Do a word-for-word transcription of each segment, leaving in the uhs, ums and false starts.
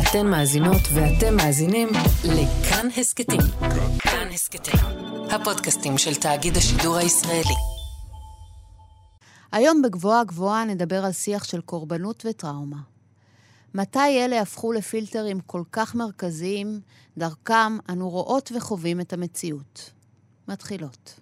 אתן מאזינות ואתם מאזינים לכאן הסקטים. כאן הסקטים, הפודקאסטים של תאגיד השידור הישראלי. היום בגבוהה גבוהה נדבר על שיח של קורבנות וטראומה. מתי אלה הפכו לפילטרים כל כך מרכזיים, דרכם אנו רואות וחווים את המציאות. מתחילות.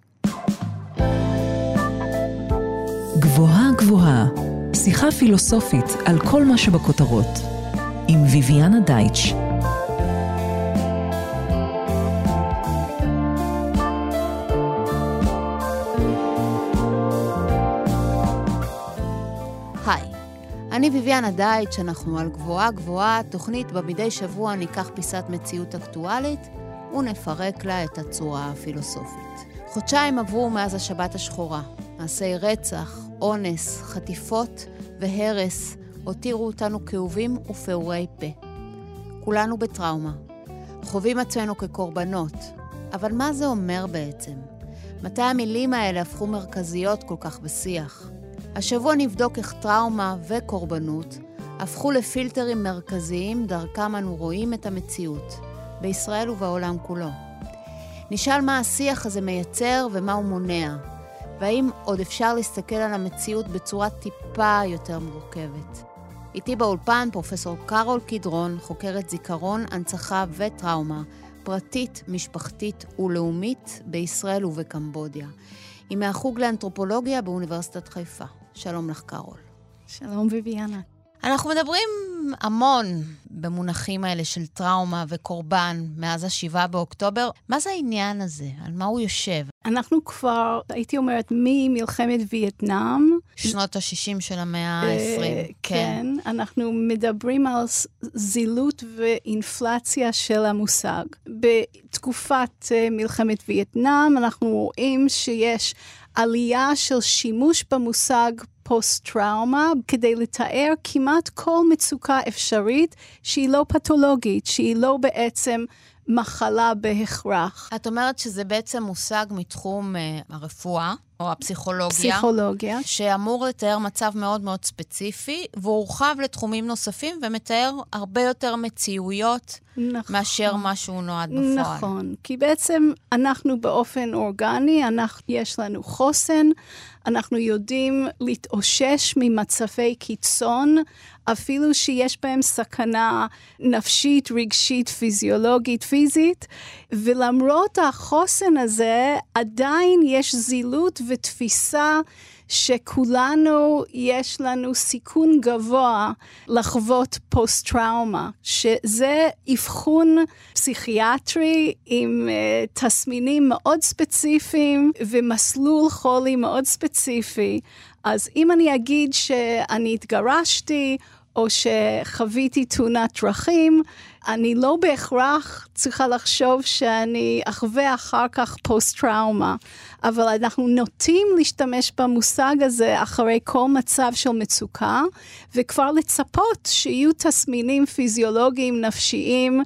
גבוהה גבוהה, שיחה פילוסופית על כל מה שבכותרות, עם ויביאנה דייטש. היי, אני ויביאנה דייטש, אנחנו על גבוהה גבוהה, תוכנית במדי שבוע ניקח פיסת מציאות אקטואלית ונפרק לה את הצורה הפילוסופית. חודשיים עברו מאז השבת השחורה, מעשי רצח, אונס, חטיפות והרס הותירו אותנו כאובים ופעורי פה. כולנו בטראומה, חווים עצמנו כקורבנות, אבל מה זה אומר בעצם? מתי המילים האלה הפכו מרכזיות כל כך בשיח? השבוע נבדוק איך טראומה וקורבנות הפכו לפילטרים מרכזיים דרכם אנו רואים את המציאות, בישראל ובעולם כולו. נשאל מה השיח הזה מייצר ומה הוא מונע, והאם עוד אפשר להסתכל על המציאות בצורה טיפה יותר מורכבת. איתי באולפן פרופסור קרול קדרון, חוקרת זיכרון, הנצחה וטראומה, פרטית, משפחתית ולאומית בישראל ובקמבודיה. היא מהחוג לאנתרופולוגיה באוניברסיטת חיפה. שלום לך קרול. שלום ויביאנה. אנחנו מדברים המון במונחים האלה של טראומה וקורבן מאז השבעה באוקטובר. מה זה העניין הזה? על מה הוא יושב? אנחנו כבר, הייתי אומרת, ממלחמת וייטנאם. שנות ה-שישים של המאה ה-עשרים. כן. כן, אנחנו מדברים על זילות ואינפלציה של המושג. בתקופת מלחמת וייטנאם אנחנו רואים שיש עלייה של שימוש במושג פוסט-טראומה, כדי לתאר כמעט כל מצוקה אפשרית שהיא לא פתולוגית, שהיא לא בעצם מחלה בהכרח. את אומרת שזה בעצם מושג מתחום uh, הרפואה, או הפסיכולוגיה. פסיכולוגיה. שאמור לתאר מצב מאוד מאוד ספציפי, והוא הורחב לתחומים נוספים, ומתאר הרבה יותר מציאויות, נכון. מאשר מה שהוא נועד בפועל. נכון, כי בעצם אנחנו באופן אורגני, אנחנו, יש לנו חוסן, אנחנו יודעים להתאושש ממצבי קיצון, אפילו שיש בהם סכנה נפשית, רגשית, פיזיולוגית, פיזית, ולמרות החוסן הזה, עדיין יש זילות ותפיסה שכולנו יש לנו סיכון גבוה לחוות פוסט-טראומה, שזה אבחון פסיכיאטרי עם uh, תסמינים מאוד ספציפיים ומסלול חולי מאוד ספציפי. אז אם אני אגיד שאני התגרשתי או שחוויתי תאונת דרכים, אני לא בהכרח צריכה לחשוב שאני אחווה אחר כך פוסט-טראומה, אבל אנחנו נוטים להשתמש במושג הזה אחרי כל מצב של מצוקה, וכבר לצפות שיהיו תסמינים פיזיולוגיים נפשיים,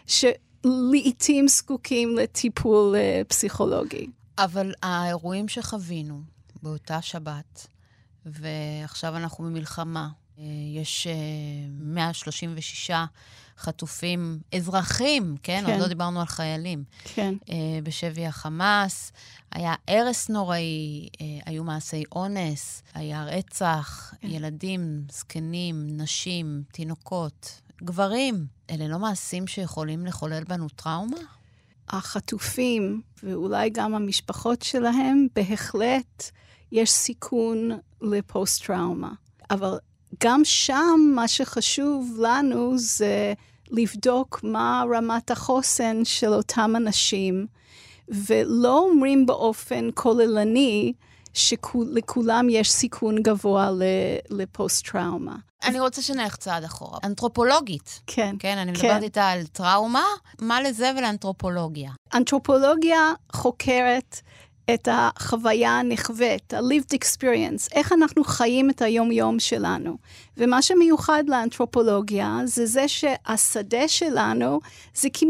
שלעיתים זקוקים לטיפול פסיכולוגי. אבל האירועים שחווינו באותה שבת, ועכשיו אנחנו במלחמה, יש מאה שלושים ושישה חטופים אזרחים, כן? כן. עוד לא דיברנו על חיילים. כן. בשבי החמאס, היה הרס נוראי, היו מעשי אונס, היה רצח, כן. ילדים, זקנים, נשים, תינוקות, גברים. אלה לא מעשים שיכולים לחולל בנו טראומה? החטופים, ואולי גם המשפחות שלהם, בהחלט יש סיכון לפוסט-טראומה. אבל גם שם מה שחשוב לנו זה לבדוק מה רמת החוסן של אותם אנשים, ולא אומרים באופן כוללני שלכולם יש סיכון גבוה לפוסט-טראומה. אני רוצה שנלך צעד אחורה. אנתרופולוגית. כן. כן, אני מדברת כן. איתה על טראומה. מה לזה ולאנתרופולוגיה? אנתרופולוגיה חוקרת את החוויה הנחווית, ה-lived experience, איך אנחנו חיים את היום-יום שלנו. ומה שמיוחד לאנתרופולוגיה זה זה שהשדה שלנו זה כמעט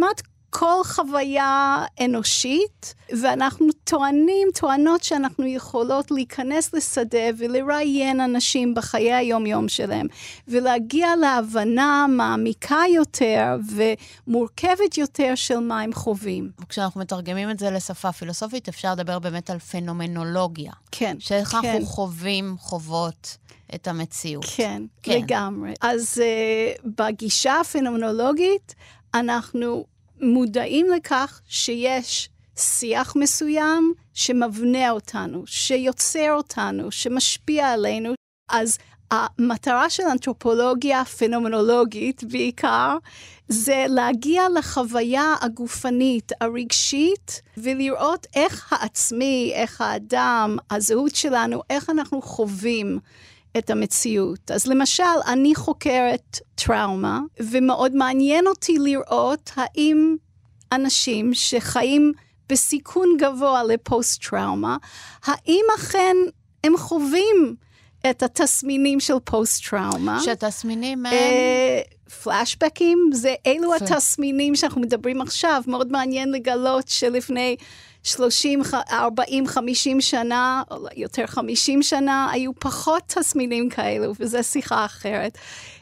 כל חוויה אנושית, ואנחנו טוענים, טוענות שאנחנו יכולות להיכנס לשדה ולראיין אנשים בחיי היום-יום שלהם, ולהגיע להבנה מעמיקה יותר ומורכבת יותר של מה הם חווים. כשאנחנו מתרגמים את זה לשפה פילוסופית, אפשר לדבר באמת על פנומנולוגיה. כן. שאיך כן. אנחנו חווים, חוות את המציאות. כן, כן. לגמרי. אז uh, בגישה הפנומנולוגית, אנחנו מודעים לכך שיש שיח מסוים שמבנה אותנו, שיוצר אותנו, שמשפיע עלינו. אז המטרה של אנתרופולוגיה פנומנולוגית בעיקר, זה להגיע לחוויה הגופנית, הרגשית, ולראות איך העצמי, איך האדם, הזהות שלנו, איך אנחנו חווים את המציאות. אז למשל, אני חוקרת טראומה, ומאוד מעניין אותי לראות האם אנשים שחיים בסיכון גבוה לפוסט-טראומה, האם אכן הם חווים את התסמינים של פוסט-טראומה. שהתסמינים הם... פלאשבקים, זה אלו התסמינים שאנחנו מדברים עכשיו. מאוד מעניין לגלות שלפני שלושים, ארבעים, חמישים שנה, או יותר חמישים שנה, היו פחות תסמינים כאלו, וזו שיחה אחרת.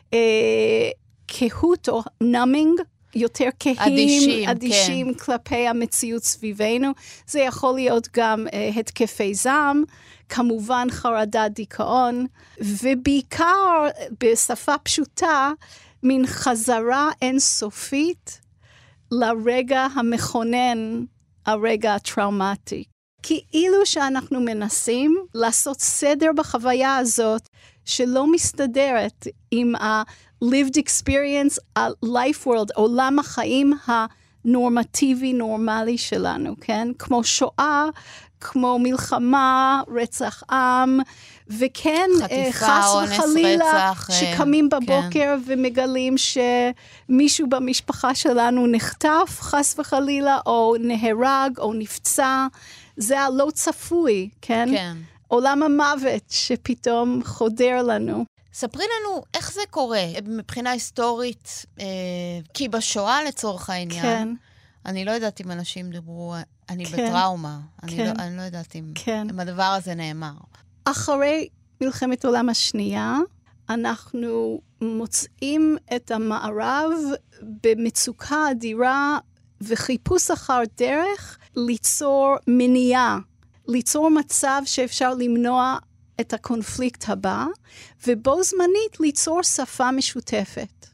כהות או numbing, יותר כהים, אדישים, אדישים כן. כלפי המציאות סביבנו. זה יכול להיות גם uh, התקפי זעם, כמובן חרדה, דיכאון, ובעיקר בשפה פשוטה, מין חזרה אינסופית לרגע המכונן, הרגע הטראומטי. כאילו שאנחנו מנסים לעשות סדר בחוויה הזאת, שלא מסתדרת עם ה-lived experience, ה-life world, עולם החיים הנורמטיבי, נורמלי שלנו, כן? כמו שואה, כמו מלחמה, רצח עם, וכן, חטיפה, חס אונס, וחלילה, רצח, שקמים בבוקר כן. ומגלים שמישהו במשפחה שלנו נחטף, חס וחלילה, או נהרג, או נפצע, זה הלא צפוי, כן? כן. עולם המוות שפתאום חודר לנו. ספרי לנו איך זה קורה מבחינה היסטורית, אה, כי בשואה לצורך העניין, כן. אני לא יודעת אם אנשים דיברו, אני כן. בטראומה, אני, כן. לא, אני לא יודעת אם, כן. אם הדבר הזה נאמר. אחרי מלחמת העולם השנייה, אנחנו מוצאים את המערב במצוקה אדירה וחיפוש אחר דרך ליצור מניעה, ליצור מצב שאפשר למנוע את הקונפליקט הבא, ובו זמנית ליצור שפה משותפת.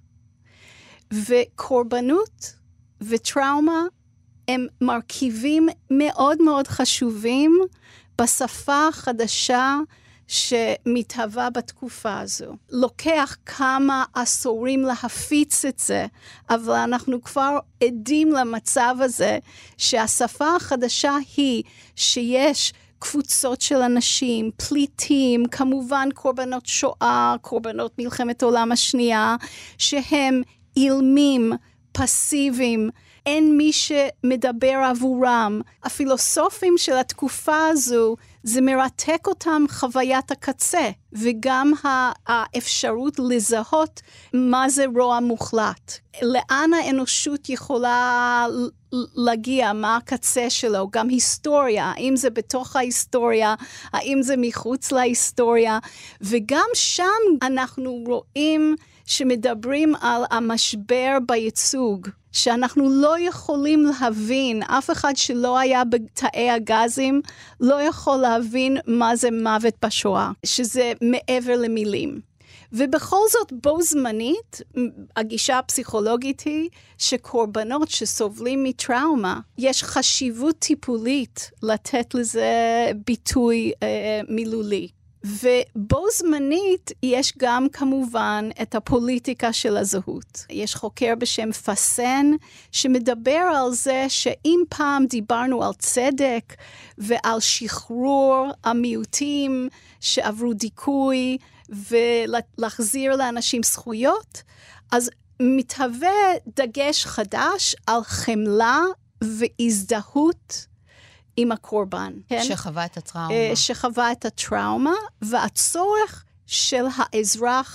וקורבנות וטראומה הם מרכיבים מאוד מאוד חשובים בשפה החדשה שמתהווה בתקופה הזו. לוקח כמה עשורים להפיץ את זה, אבל אנחנו כבר עדים למצב הזה שהשפה החדשה היא שיש קבוצות של אנשים, פליטים, כמובן קורבנות שואה, קורבנות מלחמת העולם השנייה, שהם אילמים, פסיביים, אין מי שמדבר עבורם. הפילוסופים של התקופה הזו, זה מרתק אותם חוויית הקצה, וגם האפשרות לזהות מה זה רוע מוחלט. לאן האנושות יכולה להגיע, מה הקצה שלו, גם היסטוריה, האם זה בתוך ההיסטוריה, האם זה מחוץ להיסטוריה, וגם שם אנחנו רואים שמדברים על המשבר בייצוג, שאנחנו לא יכולים להבין, אף אחד שלא היה בתאי הגזים, לא יכול להבין מה זה מוות בשואה, שזה מעבר למילים. ובכל זאת, בו זמנית, הגישה הפסיכולוגית היא שקורבנות שסובלים מטראומה, יש חשיבות טיפולית לתת לזה ביטוי אה, מילולי. ובו זמנית יש גם כמובן את הפוליטיקה של הזהות. יש חוקר בשם פסן שמדבר על זה שאם פעם דיברנו על צדק ועל שחרור המיעוטים שעברו דיכוי ולהחזיר לאנשים זכויות, אז מתהווה דגש חדש על חמלה והזדהות עם הקורבן. כן? שחווה את הטראומה. שחווה את הטראומה, והצורך של האזרח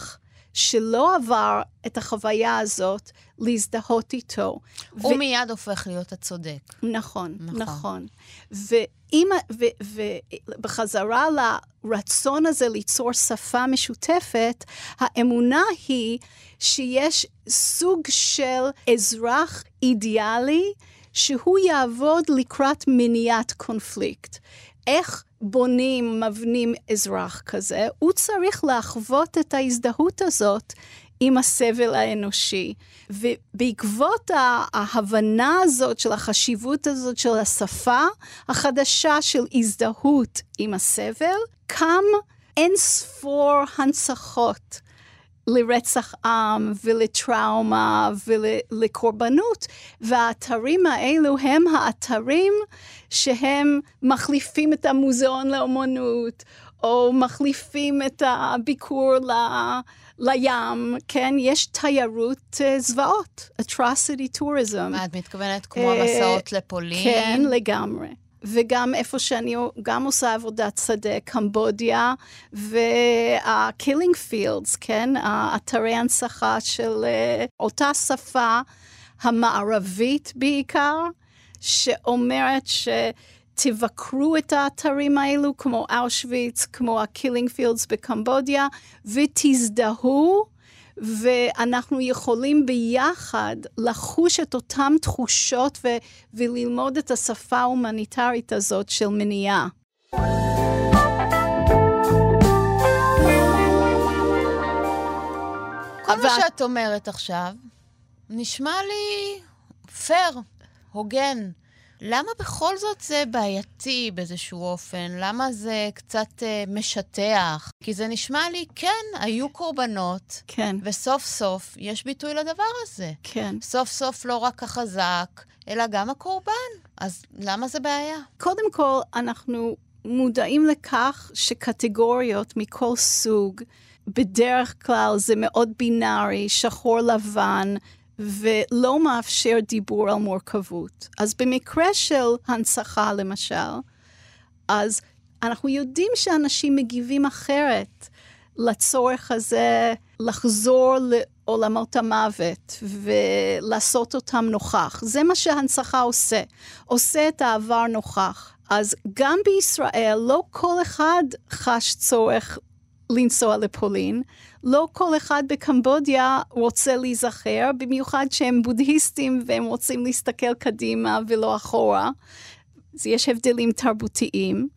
שלא עבר את החוויה הזאת, להזדהות איתו. הוא ו... מיד הופך להיות הצודק. נכון, נכון. נכון. ואם, ו, ובחזרה לרצון הזה ליצור שפה משותפת, האמונה היא שיש סוג של אזרח אידיאלי, שהוא יעבוד לקראת מניעת קונפליקט. איך בונים, מבנים אזרח כזה? הוא צריך לחוות את ההזדהות הזאת עם הסבל האנושי. ובעקבות ההבנה הזאת של החשיבות הזאת של השפה החדשה של הזדהות עם הסבל, קם אין ספור הנצחות לרצח עם ולטראומה ולקורבנות, והאתרים האלו הם האתרים שהם מחליפים את המוזיאון לאומנות, או מחליפים את הביקור ל... לים, כן? יש תיירות uh, זוועות, atrocity tourism. מה, את מתכוונת כמו המסעות לפולין? כן, לגמרי. וגם איפה שאני גם עושה עבודת שדה, קמבודיה, וה-killing fields, כן? האתרי הנצחה של uh, אותה שפה המערבית בעיקר, שאומרת ש... תבקרו את האתרים האלו, כמו אושוויץ, כמו ה-killing fields בקמבודיה, ותזדהו, ואנחנו יכולים ביחד לחוש את אותם תחושות, ו- וללמוד את השפה ההומניטרית הזאת של מניעה. כל מה שאת אומרת עכשיו, נשמע לי פייר, הוגן. למה בכל זאת זה בעייתי באיזשהו אופן? למה זה קצת uh, משטח? כי זה נשמע לי, כן, היו קורבנות, כן. וסוף סוף יש ביטוי לדבר הזה. כן. סוף סוף לא רק החזק, אלא גם הקורבן. אז למה זה בעיה? קודם כל, אנחנו מודעים לכך שקטגוריות מכל סוג, בדרך כלל זה מאוד בינארי, שחור לבן, ולא מאפשר דיבור על מורכבות. אז במקרה של הנצחה, למשל, אז אנחנו יודעים שאנשים מגיבים אחרת לצורך הזה לחזור לעולמות המוות ולעשות אותם נוכח. זה מה שהנצחה עושה. עושה את העבר נוכח. אז גם בישראל לא כל אחד חש צורך לנסוע לפולין. לא כל אחד בקמבודיה רוצה להיזכר, במיוחד שהם בודהיסטים והם רוצים להסתכל קדימה ולא אחורה. אז יש הבדלים תרבותיים.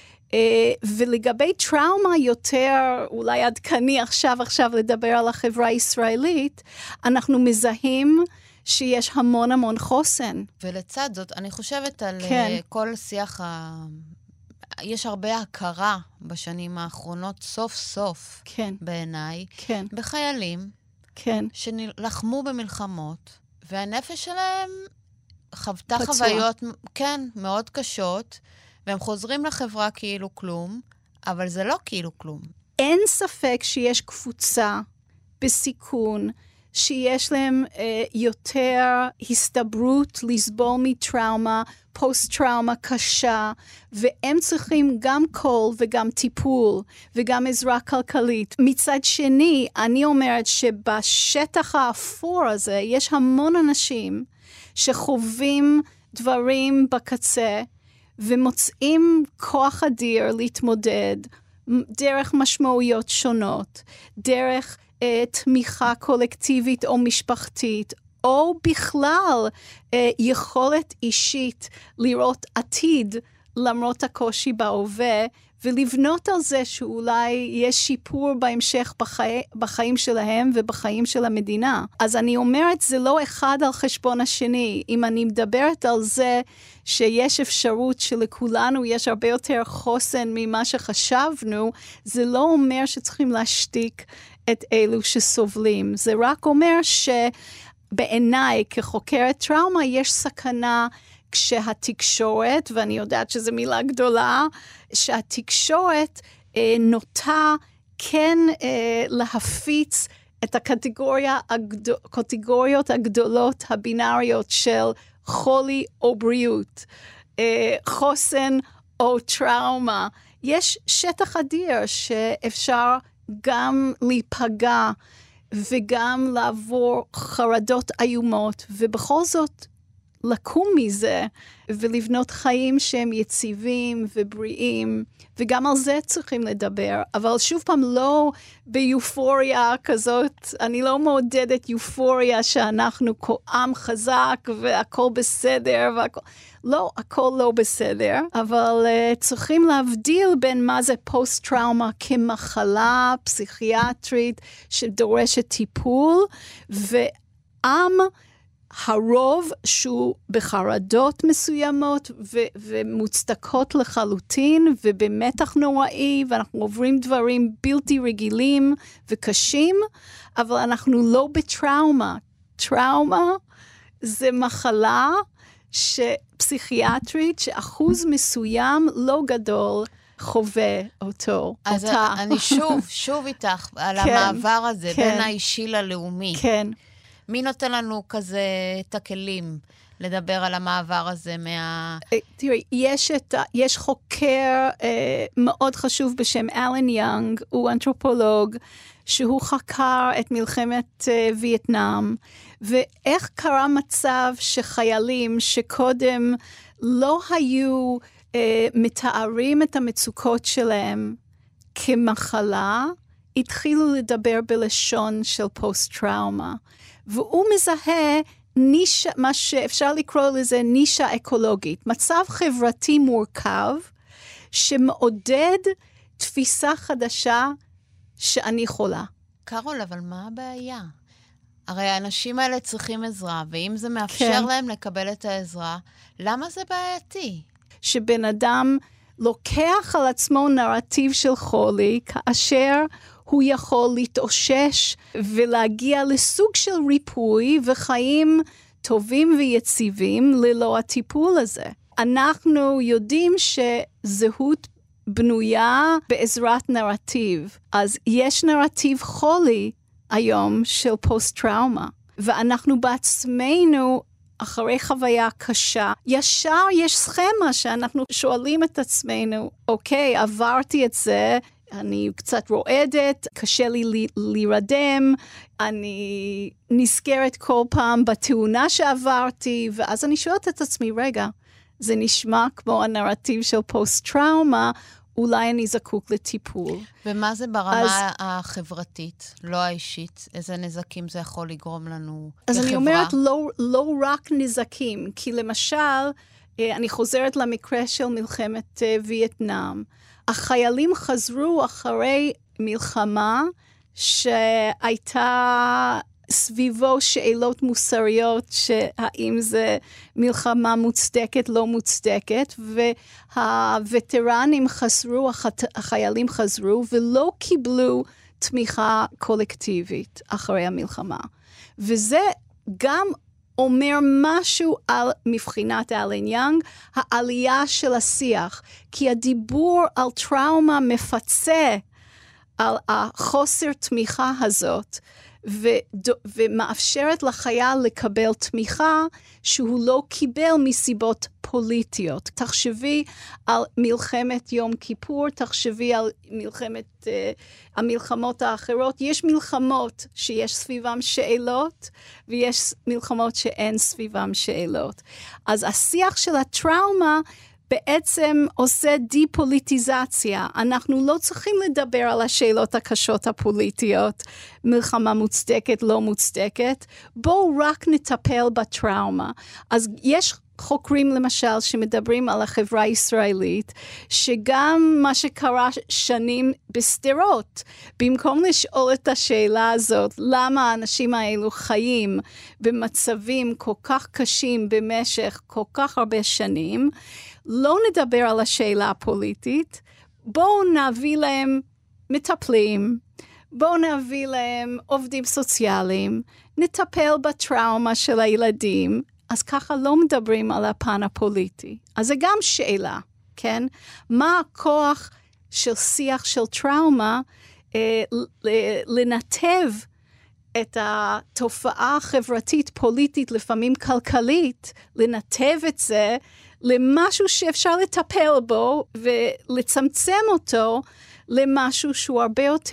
ולגבי טראומה יותר, אולי עדכני עכשיו עכשיו לדבר על החברה הישראלית, אנחנו מזהים שיש המון המון חוסן. ולצד זאת, אני חושבת על כן. כל שיח ה... יש הרבה הכרה בשנים האחרונות, סוף סוף, כן. בעיניי, כן. בחיילים, כן. שלחמו במלחמות, והנפש שלהם חוותה פצוע. חוויות, כן, מאוד קשות, והם חוזרים לחברה כאילו כלום, אבל זה לא כאילו כלום. אין ספק שיש קבוצה בסיכון, שיש להם אה, יותר הסתברות לסבול מטראומה, פוסט-טראומה קשה, והם צריכים גם קול וגם טיפול, וגם עזרה כלכלית. מצד שני, אני אומרת שבשטח האפור הזה, יש המון אנשים שחווים דברים בקצה, ומוצאים כוח אדיר להתמודד, דרך משמעויות שונות, דרך אה, תמיכה קולקטיבית או משפחתית, או בכלל אה, יכולת אישית לראות עתיד למרות הקושי בהווה, ולבנות על זה שאולי יש שיפור בהמשך בחי... בחיים שלהם ובחיים של המדינה. אז אני אומרת, זה לא אחד על חשבון השני. אם אני מדברת על זה שיש אפשרות שלכולנו יש הרבה יותר חוסן ממה שחשבנו, זה לא אומר שצריכים להשתיק את אלו שסובלים. זה רק אומר שבעיניי כחוקרת טראומה יש סכנה כשהתקשורת, ואני יודעת שזו מילה גדולה, שהתקשורת אה, נוטה כן אה, להפיץ את הקטגוריה, הגדול, הקטגוריות הגדולות הבינאריות של חולי או בריאות, אה, חוסן או טראומה. יש שטח אדיר שאפשר גם להיפגע, וגם לעבור חרדות איומות, ובכל זאת לקום מזה, ולבנות חיים שהם יציבים ובריאים, וגם על זה צריכים לדבר, אבל שוב פעם לא ביופוריה כזאת, אני לא מעודדת יופוריה שאנחנו עם חזק והכל בסדר, והכל, לא, הכל לא בסדר, אבל uh, צריכים להבדיל בין מה זה פוסט-טראומה כמחלה פסיכיאטרית שדורשת טיפול, ועם הרוב שהוא בחרדות מסוימות ו- ומוצדקות לחלוטין ובמתח נוראי, ואנחנו עוברים דברים בלתי רגילים וקשים, אבל אנחנו לא בטראומה. טראומה זה מחלה שפסיכיאטרית שאחוז מסוים לא גדול חווה אותו. אז אותה. אני שוב, שוב איתך על כן, המעבר הזה כן. בין האישי ללאומי. כן. מי נותן לנו כזה את הכלים לדבר על המעבר הזה מה... תראי, יש, את, יש חוקר אה, מאוד חשוב בשם אלן יונג, הוא אנתרופולוג, שהוא חקר את מלחמת אה, וייטנאם, ואיך קרה מצב שחיילים שקודם לא היו אה, מתארים את המצוקות שלהם כמחלה, התחילו לדבר בלשון של פוסט-טראומה. והוא מזהה נישה, מה שאפשר לקרוא לזה נישה אקולוגית, מצב חברתי מורכב, שמעודד תפיסה חדשה שאני חולה. קרול, אבל מה הבעיה? הרי האנשים האלה צריכים עזרה, ואם זה מאפשר כן. להם לקבל את העזרה, למה זה בעייתי? שבן אדם לוקח על עצמו נרטיב של חולי, כאשר הוא יכול להתאושש ולהגיע לסוג של ריפוי וחיים טובים ויציבים ללא הטיפול הזה. אנחנו יודעים שזהות בנויה בעזרת נרטיב. אז יש נרטיב חולי היום של פוסט-טראומה, ואנחנו בעצמנו אחרי חוויה קשה, ישר יש סכמה שאנחנו שואלים את עצמנו, אוקיי, עברתי את זה, אני קצת רועדת, קשה לי להירדם, אני נזכרת כל פעם בתאונה שעברתי, ואז אני שואלת את עצמי, רגע, זה נשמע כמו הנרטיב של פוסט-טראומה, אולי אני זקוק לטיפול. ומה זה ברמה אז, החברתית, לא האישית? איזה נזקים זה יכול לגרום לנו אז כחברה? אני אומרת, לא, לא רק נזקים, כי למשל, אני חוזרת למקרה של מלחמת וייטנאם, החיילים חזרו אחרי מלחמה שהייתה סביבו שאלות מוסריות, שהאם זה מלחמה מוצדקת, לא מוצדקת, והווטרנים חזרו, החיילים חזרו, ולא קיבלו תמיכה קולקטיבית אחרי המלחמה. וזה גם אומר משהו על מבחינת אלן יונג, העלייה של השיח, כי הדיבור על טראומה מפצה על החוסר תמיכה הזאת, ו- ומאפשרת לחייל לקבל תמיכה שהוא לא קיבל מסיבות פוליטיות. תחשבי על מלחמת יום כיפור, תחשבי על מלחמת, uh, המלחמות האחרות. יש מלחמות שיש סביבם שאלות, ויש מלחמות שאין סביבם שאלות. אז השיח של הטראומה בעצם עושה די-פוליטיזציה. אנחנו לא צריכים לדבר על השאלות הקשות הפוליטיות, מלחמה מוצדקת, לא מוצדקת. בואו רק נטפל בטראומה. אז יש חוקרים למשל שמדברים על החברה הישראלית, שגם מה שקרה שנים בסדרות, במקום לשאול את השאלה הזאת, למה האנשים האלו חיים במצבים כל כך קשים במשך כל כך הרבה שנים, לא נדבר על השאלה הפוליטית, בואו נביא להם מטפלים, בואו נביא להם עובדים סוציאליים, נטפל בטראומה של הילדים, אז ככה לא מדברים על הפן הפוליטי. אז זה גם שאלה, כן? מה הכוח של שיח של טראומה אה, לנתב את התופעה החברתית, פוליטית, לפעמים כלכלית, לנתב את זה למשהו שאפשר לטפל בו ולצמצם אותו למשהו שהוא הרבה יותר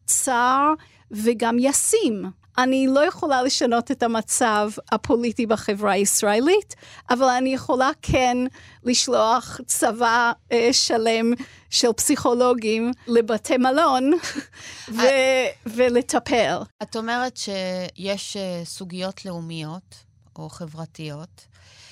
קצר וגם ישים. אני לא יכולה לשנות את המצב הפוליטי בחברה הישראלית, אבל אני יכולה כן לשלוח צבא אה, שלם של פסיכולוגים לבתי מלון ו- ולטפל. את אומרת שיש סוגיות לאומיות או חברתיות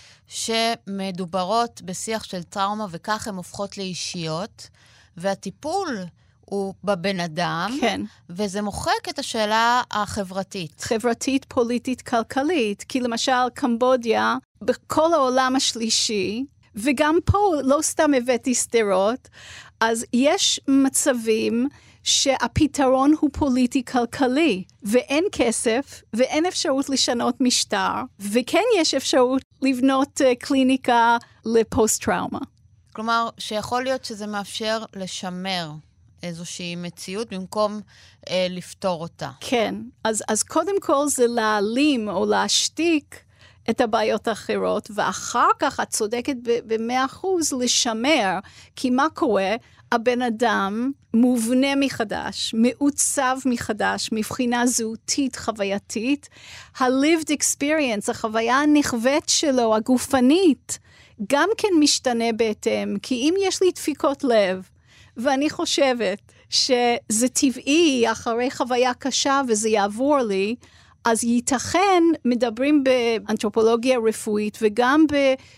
שמדוברות בשיח של טראומה וכך הן הופכות לאישיות, והטיפול הוא בבן אדם, כן. וזה מוחק את השאלה החברתית. חברתית, פוליטית, כלכלית. כי למשל, קמבודיה, בכל העולם השלישי, וגם פה לא סתם הבאתי סתירות, אז יש מצבים שהפתרון הוא פוליטי-כלכלי, ואין כסף, ואין אפשרות לשנות משטר, וכן יש אפשרות לבנות uh, קליניקה לפוסט-טראומה. כלומר, שיכול להיות שזה מאפשר לשמר איזושהי מציאות במקום אה, לפתור אותה. כן, אז, אז קודם כל זה להעלים או להשתיק את הבעיות האחרות, ואחר כך את צודקת ב-מאה אחוז לשמר, כי מה קורה? הבן אדם מובנה מחדש, מעוצב מחדש, מבחינה זהותית, חווייתית, ה-lived experience, החוויה הנכווית שלו, הגופנית, גם כן משתנה בהתאם, כי אם יש לי דפיקות לב, ואני חושבת שזה טבעי אחרי חוויה קשה וזה יעבור לי, אז ייתכן, מדברים באנתרופולוגיה רפואית וגם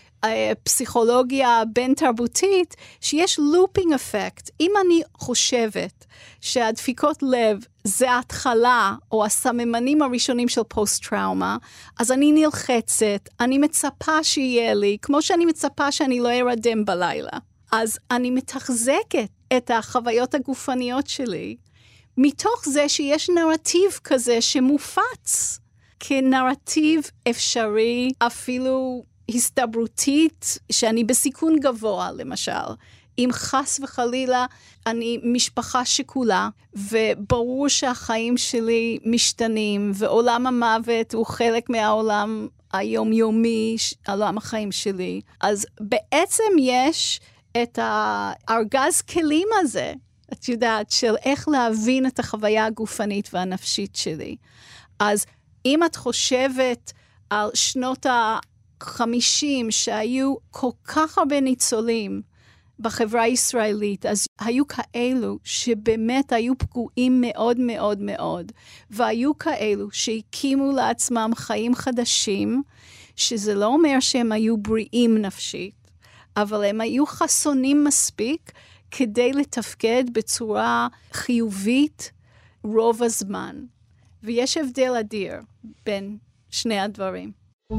בפסיכולוגיה בין תרבותית, שיש לופינג אפקט. אם אני חושבת שהדפיקות לב זה ההתחלה או הסממנים הראשונים של פוסט-טראומה, אז אני נלחצת, אני מצפה שיהיה לי, כמו שאני מצפה שאני לא ארדם בלילה. אז אני מתחזקת את החוויות הגופניות שלי, מתוך זה שיש נרטיב כזה שמופץ כנרטיב אפשרי, אפילו הסתברותית, שאני בסיכון גבוה, למשל. אם חס וחלילה אני משפחה שכולה, וברור שהחיים שלי משתנים, ועולם המוות הוא חלק מהעולם היומיומי, עולם החיים שלי. אז בעצם יש את הארגז כלים הזה, את יודעת, של איך להבין את החוויה הגופנית והנפשית שלי. אז אם את חושבת על שנות ה-חמישים, שהיו כל כך הרבה ניצולים בחברה הישראלית, אז היו כאלו שבאמת היו פגועים מאוד מאוד מאוד, והיו כאלו שהקימו לעצמם חיים חדשים, שזה לא אומר שהם היו בריאים נפשית, אבל הם היו חסונים מספיק כדי לתפקד בצורה חיובית רוב הזמן. ויש הבדל אדיר בין שני הדברים.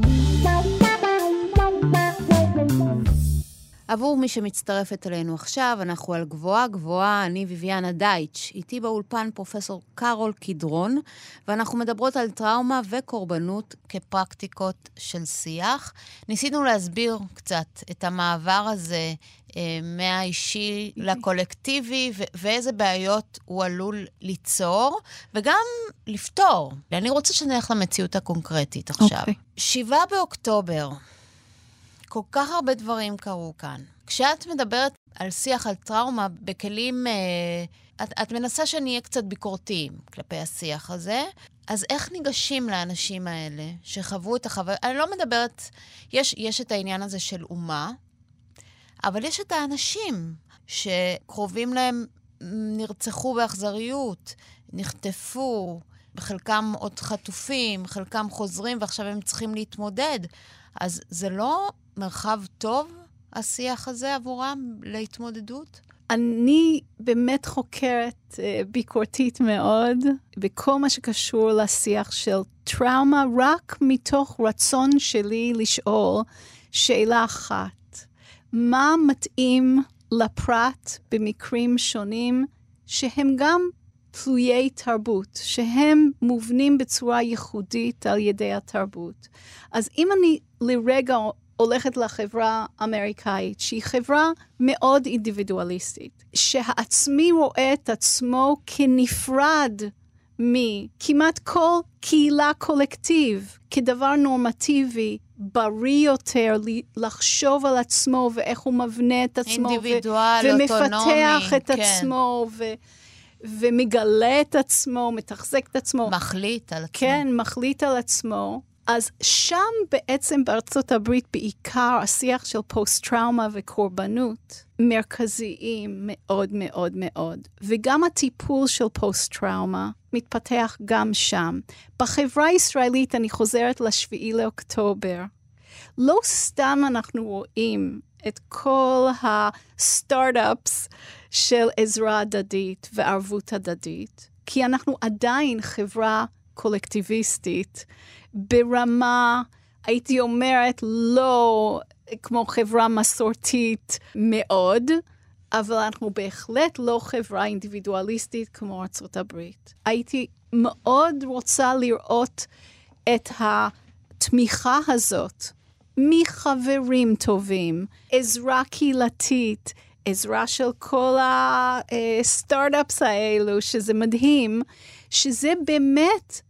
עבור מי שמצטרפת אלינו עכשיו, אנחנו על גבוהה גבוהה, אני ויביאנה דייטש, איתי באולפן פרופסור קרול קדרון, ואנחנו מדברות על טראומה וקורבנות כפרקטיקות של שיח. ניסינו להסביר קצת את המעבר הזה אה, מהאישי לקולקטיבי, ו- ואיזה בעיות הוא עלול ליצור, וגם לפתור. ואני רוצה שנלך למציאות הקונקרטית עכשיו. Okay. שבעה באוקטובר, כל כך הרבה דברים קרו כאן. כשאת מדברת על שיח על טראומה בכלים, את, את מנסה שנהיה קצת ביקורתיים כלפי השיח הזה, אז איך ניגשים לאנשים האלה שחוו את החוויה? אני לא מדברת, יש, יש את העניין הזה של אומה, אבל יש את האנשים שקרובים להם נרצחו באכזריות, נחטפו, בחלקם עוד חטופים, חלקם חוזרים, ועכשיו הם צריכים להתמודד. אז זה לא מרחב טוב, השיח הזה עבורם להתמודדות? אני באמת חוקרת ביקורתית מאוד, בכל מה שקשור לשיח של טראומה, רק מתוך רצון שלי לשאול שאלה אחת. מה מתאים לפרט במקרים שונים שהם גם תלויי תרבות, שהם מובנים בצורה ייחודית על ידי התרבות. אז אם אני לרגע הולכת לחברה האמריקאית, שהיא חברה מאוד אינדיבידואליסטית, שהעצמי רואה את עצמו כנפרד מכמעט כל קהילה קולקטיב, כדבר נורמטיבי, בריא יותר, לחשוב על עצמו ואיך הוא מבנה את עצמו, אינדיבידואל, ו- ומפתח אוטונומי, את כן. עצמו, ו... ומגלה את עצמו, מתחזק את עצמו. מחליט על עצמו. כן, מחליט על עצמו. אז שם בעצם בארצות הברית בעיקר השיח של פוסט-טראומה וקורבנות מרכזיים מאוד מאוד מאוד. וגם הטיפול של פוסט-טראומה מתפתח גם שם. בחברה הישראלית אני חוזרת לשביעי לאוקטובר. לא סתם אנחנו רואים את כל הסטארט-אפס של עזרה הדדית וערבות הדדית, כי אנחנו עדיין חברה קולקטיביסטית, ברמה, הייתי אומרת, לא כמו חברה מסורתית מאוד, אבל אנחנו בהחלט לא חברה אינדיבידואליסטית כמו ארצות הברית. הייתי מאוד רוצה לראות את התמיכה הזאת, מחברים טובים, עזרה קהילתית, עזרה של כל הסטארט-אפס האלו, שזה מדהים, שזה באמת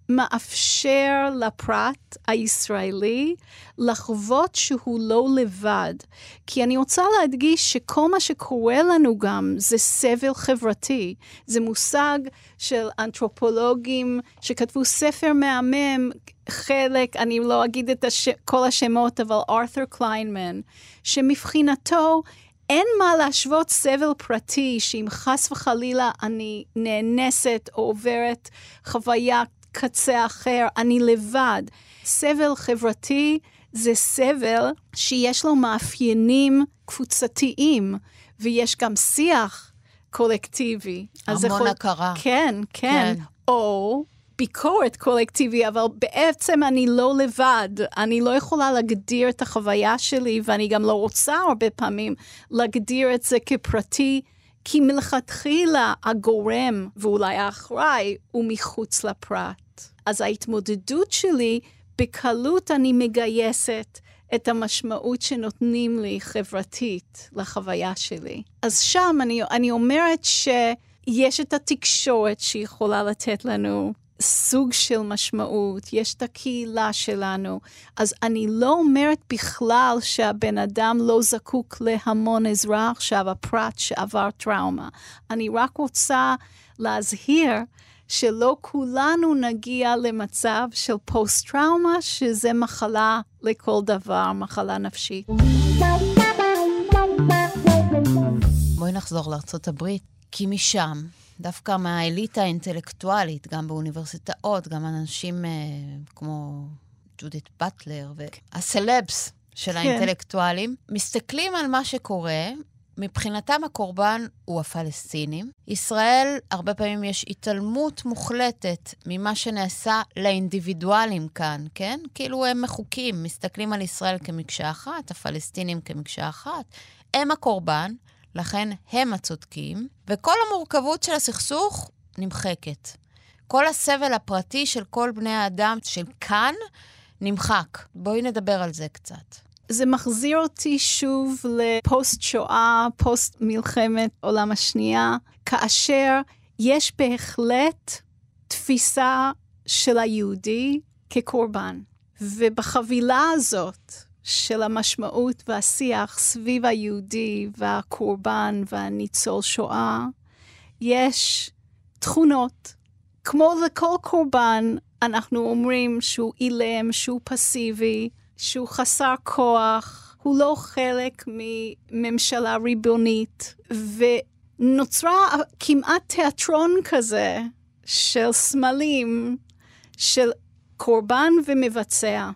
מאפשר לפרט הישראלי לחוות שהוא לא לבד. כי אני רוצה להדגיש שכל מה שקורה לנו גם זה סבל חברתי. זה מושג של אנתרופולוגים שכתבו ספר מהמם, חלק, אני לא אגיד את הש... כל השמות, אבל ארת'ר קליינמן, שמבחינתו אין מה להשוות סבל פרטי, שאם חס וחלילה אני נאנסת או עוברת חוויה קצה אחר, אני לבד. סבל חברתי זה סבל שיש לו מאפיינים קבוצתיים, ויש גם שיח קולקטיבי. המון יכול... הכרה. כן, כן, כן. או ביקורת קולקטיבי, אבל בעצם אני לא לבד. אני לא יכולה להגדיר את החוויה שלי, ואני גם לא רוצה הרבה פעמים להגדיר את זה כפרטי, כי מלכתחילה הגורם, ואולי האחראי, הוא מחוץ לפרט. אז ההתמודדות שלי, בקלות אני מגייסת את המשמעות שנותנים לי חברתית לחוויה שלי. אז שם אני, אני אומרת שיש את התקשורת שיכולה לתת לנו סוג של משמעות, יש את הקהילה שלנו, אז אני לא אומרת בכלל שהבן אדם לא זקוק להמון עזרה עכשיו, הפרט שעבר טראומה. אני רק רוצה להזהיר שלא כולנו נגיע למצב של פוסט-טראומה, שזה מחלה לכל דבר, מחלה נפשית. בואי נחזור לארצות הברית, כי משם, דווקא מהאליטה האינטלקטואלית, גם באוניברסיטאות, גם אנשים אה, כמו ג'ודית בטלר והסלבס של כן. האינטלקטואלים, מסתכלים על מה שקורה, מבחינתם הקורבן הוא הפלסטינים. ישראל, הרבה פעמים יש התעלמות מוחלטת ממה שנעשה לאינדיבידואלים כאן, כן? כאילו הם מחוקים, מסתכלים על ישראל כמקשה אחת, הפלסטינים כמקשה אחת. הם הקורבן, לכן הם הצודקים, וכל המורכבות של הסכסוך נמחקת. כל הסבל הפרטי של כל בני האדם של כאן נמחק. בואי נדבר על זה קצת. זה מחזיר אותי שוב לפוסט שואה, פוסט מלחמת עולם השנייה, כאשר יש בהחלט תפיסה של היהודי כקורבן. ובחבילה הזאת של המשמעות והשיח סביב היהודי והקורבן והניצול שואה, יש תכונות. כמו לכל קורבן, אנחנו אומרים שהוא אילם, שהוא פסיבי, שהוא חסר כוח, הוא לא חלק מממשלה ריבונית, ונוצרה כמעט תיאטרון כזה של סמלים, של קורבן ומבצע.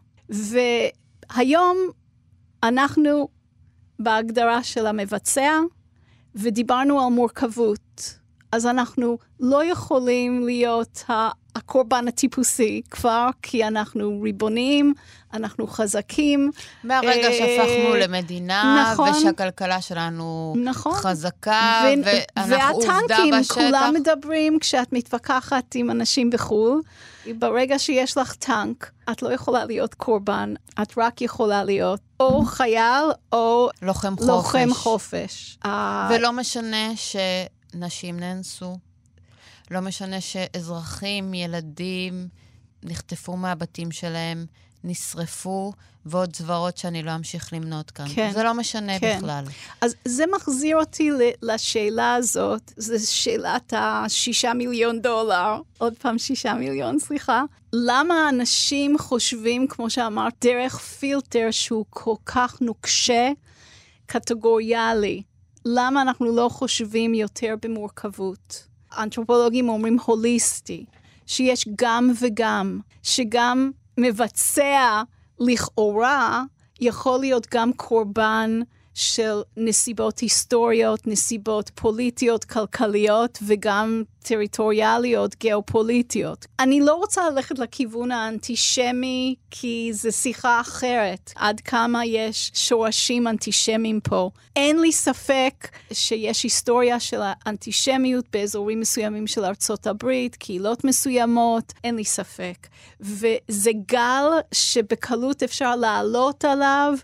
והיום אנחנו בהגדרה של המבצע, ודיברנו על מורכבות. אז אנחנו לא יכולים להיות הקורבן הטיפוסי כבר, כי אנחנו ריבונים, אנחנו חזקים. מהרגע שהפכנו למדינה, נכון, ושהכלכלה שלנו נכון, חזקה, ו- ואנחנו עובדה והטנקים, בשטח. כולם מדברים כשאת מתווכחת עם אנשים בחו"ל, ברגע שיש לך טנק, את לא יכולה להיות קורבן, את רק יכולה להיות או חייל, או לוחם חופש. לוחם חופש. ולא משנה ש... נשים נאנסו, לא משנה שאזרחים, ילדים, נחטפו מהבתים שלהם, נשרפו, ועוד זוועות שאני לא אמשיך למנות כאן. כן, זה לא משנה כן. בכלל. אז זה מחזיר אותי לשאלה הזאת, זו שאלת השישה מיליון דולר, עוד פעם שישה מיליון, סליחה. למה אנשים חושבים, כמו שאמרת, דרך פילטר שהוא כל כך נוקשה, קטגוריאלי? למה אנחנו לא חושבים יותר במורכבות? אנתרופולוגים אומרים הוליסטי, שיש גם וגם, שגם מבצע לכאורה יכול להיות גם קורבן של נסיבות היסטוריות, נסיבות פוליטיות, כלכליות, וגם טריטוריאליות, גיאופוליטיות. אני לא רוצה ללכת לכיוון האנטישמי, כי זו שיחה אחרת. עד כמה יש שורשים אנטישמיים פה. אין לי ספק שיש היסטוריה של האנטישמיות באזורים מסוימים של ארצות הברית, קהילות מסוימות, אין לי ספק. וזה גל שבקלות אפשר לעלות עליו,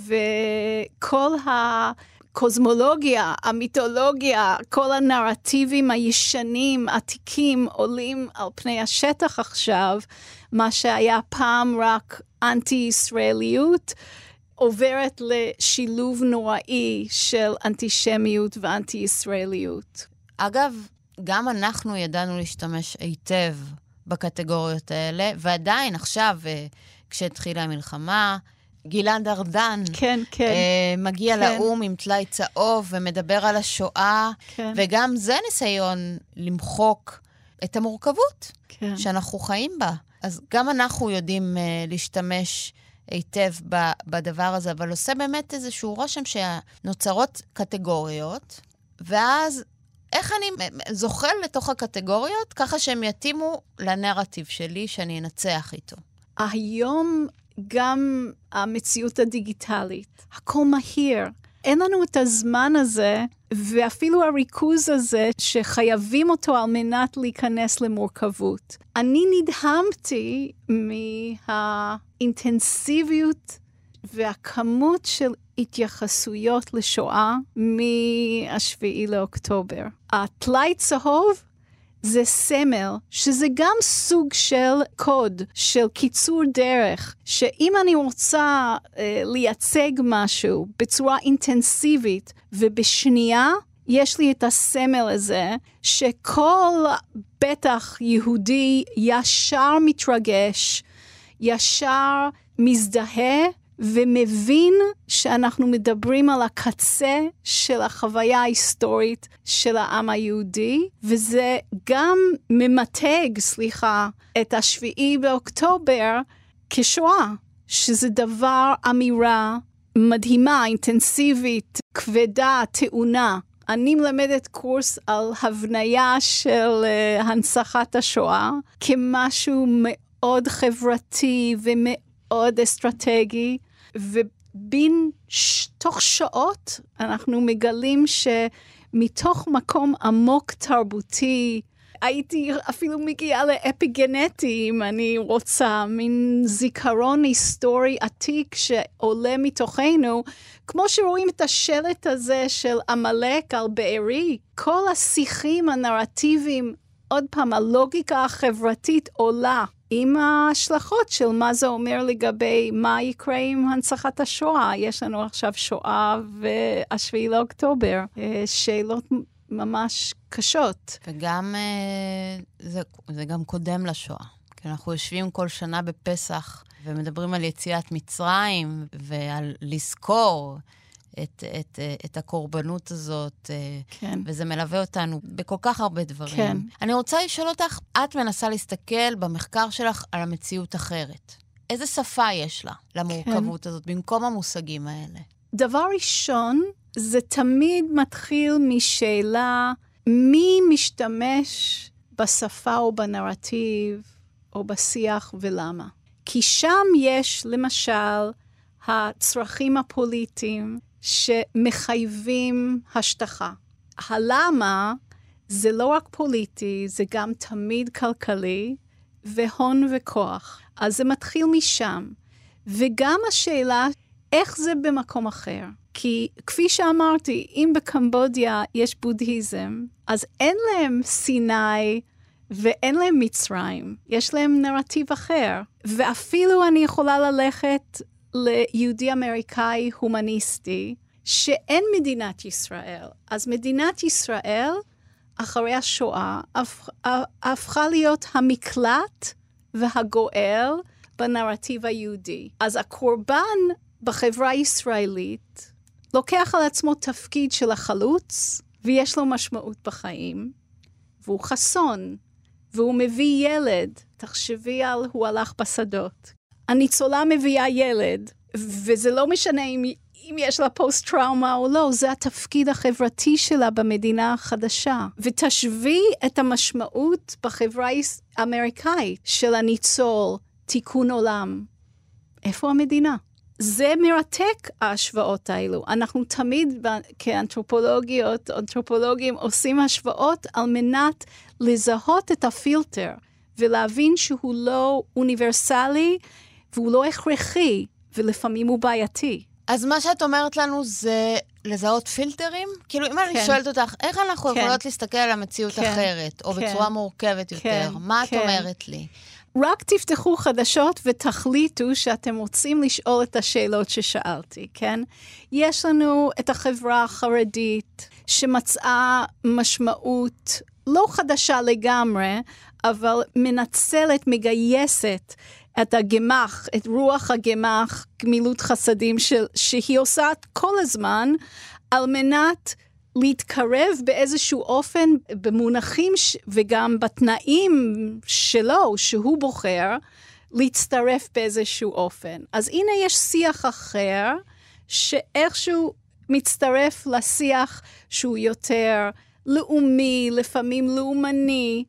וכל ה... קוזמולוגיה, המיתולוגיה, כל הנרטיבים הישנים, עתיקים, עולים על פני השטח עכשיו, מה שהיה פעם רק אנטי-ישראליות, עוברת לשילוב נוראי של אנטישמיות ואנטי-ישראליות. אגב, גם אנחנו ידענו להשתמש היטב בקטגוריות האלה, ועדיין עכשיו, כשהתחילה המלחמה, גלעד ארדן, כן, כן. אה, מגיע כן. לאום עם תלי צהוב ומדבר על השואה, כן. וגם זה ניסיון למחוק את המורכבות כן. שאנחנו חיים בה. אז גם אנחנו יודעים אה, להשתמש היטב ב- בדבר הזה, אבל עושה באמת איזשהו רושם שנוצרות קטגוריות, ואז איך אני זוכל לתוך הקטגוריות, ככה שהם יתאימו לנרטיב שלי שאני אנצח איתו. היום גם המציאות הדיגיטלית, הכל מהיר. אין לנו את הזמן הזה, ואפילו הריכוז הזה שחייבים אותו על מנת להיכנס למורכבות. אני נדהמתי מהאינטנסיביות והכמות של התייחסויות לשואה מהשביעי לאוקטובר. הטלי צהוב זה סמל, שזה גם סוג של קוד, של קיצור דרך, שאם אני רוצה אה, לייצג משהו בצורה אינטנסיבית ובשנייה, יש לי את הסמל הזה, שכל בטח יהודי ישר מתרגש, ישר מזדהה, ומבין שאנחנו מדברים על הקצה של החוויה ההיסטורית של העם היהודי, וזה גם ממתג, סליחה, את השביעי באוקטובר כשואה, שזה דבר אמירה מדהימה, אינטנסיבית, כבדה, טעונה. אני מלמדת קורס על הבניה של uh, הנצחת השואה, כמשהו מאוד חברתי ומאוד אסטרטגי, ובין ש... תוך שעות אנחנו מגלים שמתוך מקום עמוק תרבותי, הייתי אפילו מגיעה לאפיגנטי, אם אני רוצה, מין זיכרון היסטורי עתיק שעולה מתוכנו, כמו שרואים את השלט הזה של עמלק על בארי, כל השיחים הנרטיביים, עוד פעם, הלוגיקה החברתית עולה, עם ההשלכות של מה זה אומר לגבי מה יקרה עם הנצחת השואה. יש לנו עכשיו שואה והשביעי לאוקטובר, שאלות ממש קשות. וגם זה, זה גם קודם לשואה. כי אנחנו יושבים כל שנה בפסח ומדברים על יציאת מצרים ועל לזכור את, את, את הקורבנות הזאת, כן. וזה מלווה אותנו בכל כך הרבה דברים. כן. אני רוצה לשאול אותך, את מנסה להסתכל במחקר שלך על המציאות אחרת. איזה שפה יש לה למורכבות כן. הזאת, במקום המושגים האלה? דבר ראשון, זה תמיד מתחיל משאלה מי משתמש בשפה או בנרטיב או בשיח ולמה. כי שם יש למשל הצרכים הפוליטיים שמחייבים השטחה. הלמה זה לא רק פוליטי, זה גם תמיד כלכלי והון וכוח. אז זה מתחיל משם. וגם השאלה איך זה במקום אחר. כי כפי שאמרתי, אם בקמבודיה יש בודהיזם, אז אין להם סיני ואין להם מצרים, יש להם נרטיב אחר. ואפילו אני יכולה ללכת ליהודי אמריקאי הומניסטי, שאין מדינת ישראל. אז מדינת ישראל, אחרי השואה, הפ... הפכה להיות המקלט והגואל בנרטיב היהודי. אז הקורבן בחברה הישראלית לוקח על עצמו תפקיד של החלוץ, ויש לו משמעות בחיים, והוא חסון, והוא מביא ילד. תחשבי על הוא הלך בשדות. הניצולה מביאה ילד, וזה לא משנה אם, אם יש לה פוסט-טראומה או לא, זה התפקיד החברתי שלה במדינה החדשה. ותשווי את המשמעות בחברה האמריקאית של הניצול, תיקון עולם. איפה המדינה? זה מרתק ההשוואות האלו. אנחנו תמיד כאנתרופולוגיות, אנתרופולוגים עושים השוואות על מנת לזהות את הפילטר, ולהבין שהוא לא אוניברסלי, והוא לא הכרחי, ולפעמים הוא בעייתי. אז מה שאת אומרת לנו זה לזהות פילטרים? כאילו, אם כן. אני שואלת אותך, איך אנחנו כן. יכולות להסתכל על המציאות כן. אחרת, או כן. בצורה מורכבת יותר? כן. מה כן. את אומרת לי? רק תפתחו חדשות ותחליטו שאתם רוצים לשאול את השאלות ששאלתי, כן? יש לנו את החברה החרדית שמצאה משמעות לא חדשה לגמרי, אבל מנצלת, מגייסת את הגמח, את רוח הגמח, גמילות חסדים של, שהיא עושה כל הזמן, על מנת להתקרב באיזשהו אופן במונחים ש... וגם בתנאים שלו, שהוא בוחר, להצטרף באיזשהו אופן. אז הנה יש שיח אחר, שאיכשהו מצטרף לשיח שהוא יותר לאומי, לפעמים לאומני,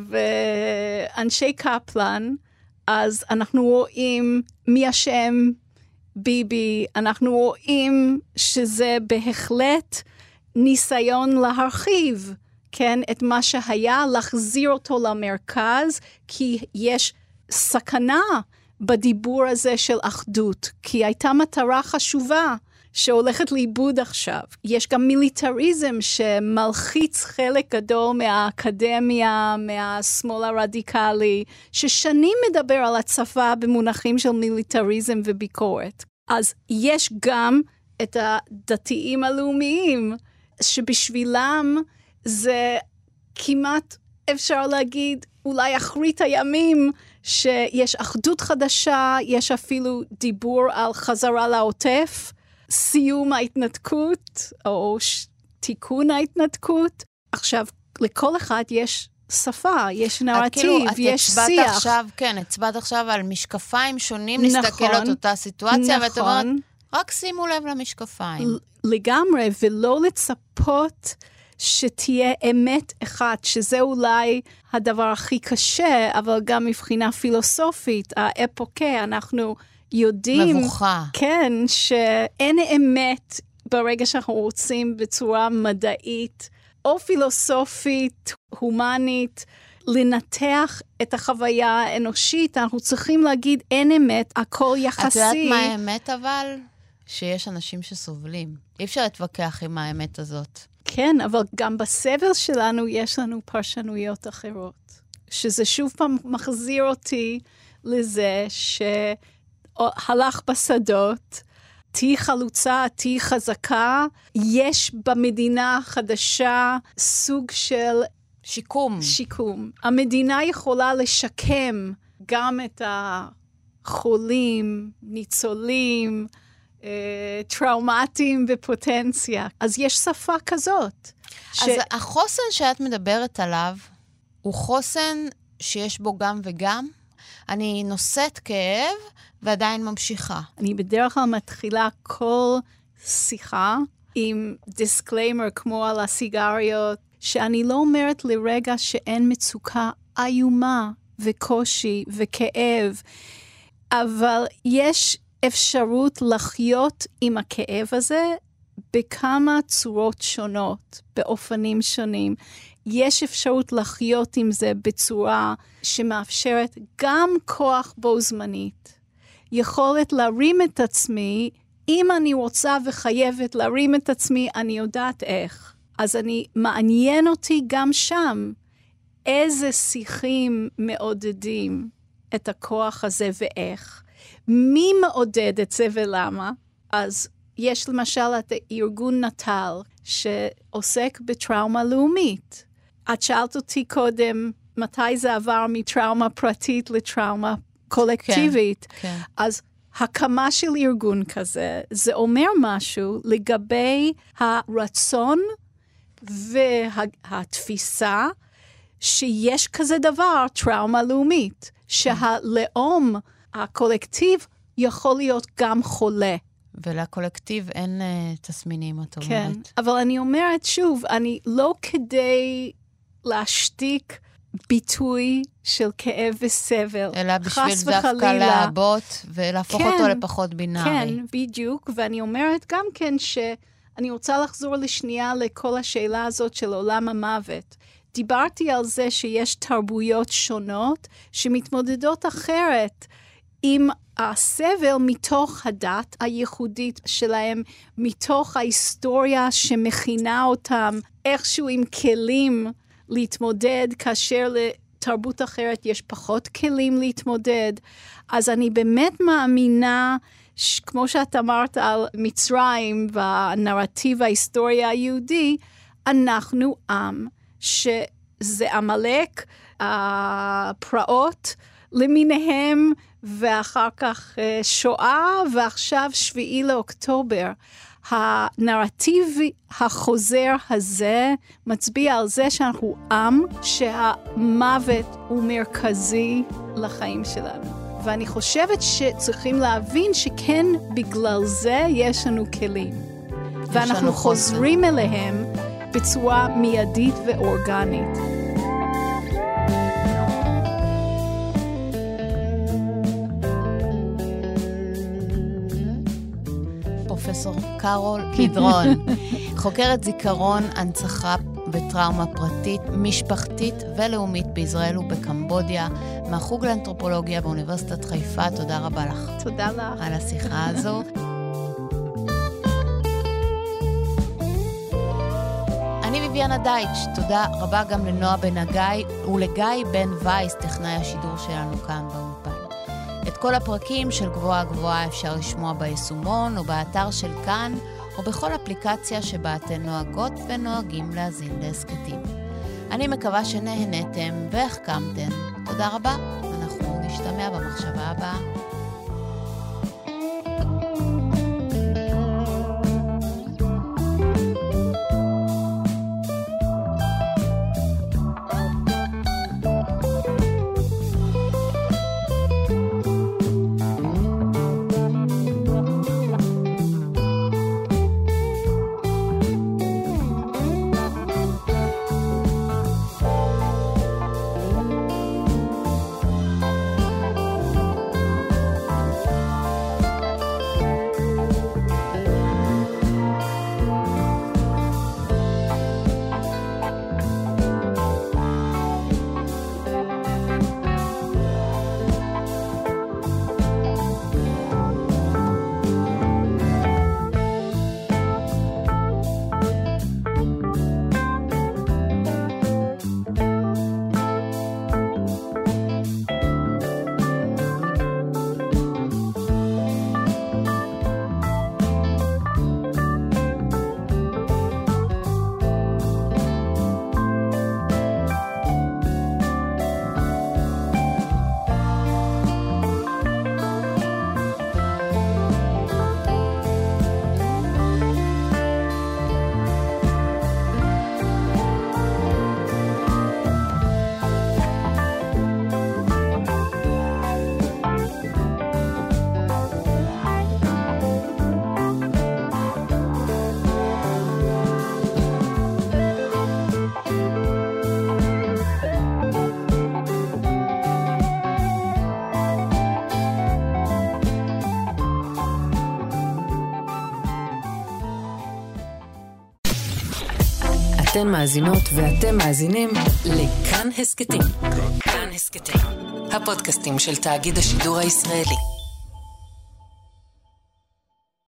ואנשי קפלן, אז אנחנו רואים מי השם ביבי, אנחנו רואים שזה בהחלט ניסיון להרחיב, כן, את מה שהיה, להחזיר אותו למרכז, כי יש סכנה בדיבור הזה של אחדות, כי הייתה מטרה חשובה שהולכת לאיבוד עכשיו. יש גם מיליטריזם שמלחיץ חלק גדול מהאקדמיה, מהשמאל הרדיקלי, ששנים מדבר על הצבא במונחים של מיליטריזם וביקורת. אז יש גם את הדתיים הלאומיים, שבשבילם זה כמעט אפשר להגיד, אולי אחרית הימים, שיש אחדות חדשה, יש אפילו דיבור על חזרה לעוטף, סיום ההתנתקות, או תיקון ההתנתקות. עכשיו, לכל אחד יש שפה, יש נרטיב, כאילו, יש שיח. את הצבעת עכשיו, כן, הצבעת עכשיו על משקפיים שונים, נכון, נסתכל את אותה סיטואציה, נכון, ואת אומרת, רק שימו לב למשקפיים. לגמרי, ולא לצפות שתהיה אמת אחת, שזה אולי הדבר הכי קשה, אבל גם מבחינה פילוסופית, האפוקה, אנחנו יודעים, מבוכה. כן, שאין אמת ברגע שאנחנו רוצים בצורה מדעית, או פילוסופית, הומנית, לנתח את החוויה האנושית, אנחנו צריכים להגיד, אין אמת, הכל יחסי. את יודעת מה האמת אבל? שיש אנשים שסובלים. אי אפשר להתווכח עם האמת הזאת. כן, אבל גם בסבל שלנו יש לנו פרשנויות אחרות. שזה שוב פעם מחזיר אותי לזה שהלך בשדות, תהי חלוצה, תהי חזקה, יש במדינה החדשה סוג של שיקום. שיקום. המדינה יכולה לשקם גם את החולים, ניצולים, טראומטיים בפוטנציה. אז יש שפה כזאת. אז ש... החוסן שאת מדברת עליו, הוא חוסן שיש בו גם וגם? אני נושאת כאב ועדיין ממשיכה. אני בדרך כלל מתחילה כל שיחה עם דיסקליימר כמו על הסיגריות, שאני לא אומרת לרגע שאין מצוקה איומה וקושי וכאב, אבל יש אפשרות לחיות עם הכאב הזה בכמה צורות שונות, באופנים שונים. יש אפשרות לחיות עם זה בצורה שמאפשרת גם כוח בו זמנית. יכולת להרים את עצמי, אם אני רוצה וחייבת להרים את עצמי, אני יודעת איך. אז אני מעניין אותי גם שם, איזה שיחים מעודדים את הכוח הזה ואיך, מי מעודד את זה ולמה. אז יש למשל את ארגון נט"ל, שעוסק בטראומה לאומית. את שאלת אותי קודם, מתי זה עבר מטראומה פרטית לטראומה קולקטיבית. כן, כן. אז הקמה של ארגון כזה, זה אומר משהו לגבי הרצון והתפיסה שיש כזה דבר, טראומה לאומית, שהלאום, הקולקטיב, יכול להיות גם חולה. ולקולקטיב אין uh, תסמינים, את אומרת. כן, אבל אני אומרת שוב, אני לא כדי להשתיק ביטוי של כאב וסבל. אלא בשביל דווקא לעבות ולהפוך כן, אותו לפחות בינארי. כן, בדיוק, ואני אומרת גם כן שאני רוצה לחזור לשנייה לכל השאלה הזאת של עולם המוות. דיברתי על זה שיש תרבויות שונות שמתמודדות אחרת עם הסבל מתוך הדת הייחודית שלהם, מתוך ההיסטוריה שמכינה אותם איכשהו עם כלים להתמודד, כאשר לתרבות אחרת יש פחות כלים להתמודד. אז אני באמת מאמינה, ש- כמו שאת אמרת על מצרים והנרטיב ההיסטוריה היהודי, אנחנו עם שזה עמלק, הפרעות למיניהם, ואחר כך שואה, ועכשיו שביעי לאוקטובר. הנרטיב החוזר הזה מצביע על זה שאנחנו עם שהמוות הוא מרכזי לחיים שלנו. ואני חושבת שצריכים להבין שכן בגלל זה יש לנו כלים. ואנחנו חוזרים אליהם בצורה מיידית ואורגנית. פרופסור קרול קדרון, חוקרת זיכרון, הנצחה בטראומה פרטית, משפחתית ולאומית בישראל ובקמבודיה, מהחוג לאנתרופולוגיה באוניברסיטת חיפה. תודה רבה לך. תודה לך. על השיחה הזו. אני ויביאנה דייטש, תודה רבה גם לנועה בן הגיא ולגיא בן וייס, טכנאי השידור שלנו כאן באולפן. את כל הפרקים של גבוהה גבוהה אפשר לשמוע ביישומון או באתר של כאן, או בכל אפליקציה שבה אתן נוהגות ונוהגים להזין להסקטים. אני מקווה שנהנתם והחכמתם. תודה רבה, אנחנו נשתמע במחשבה הבאה. אתן מאזינות ואתם מאזינים לכאן הסקטים. כאן הסקטים, הפודקאסטים של תאגיד השידור הישראלי.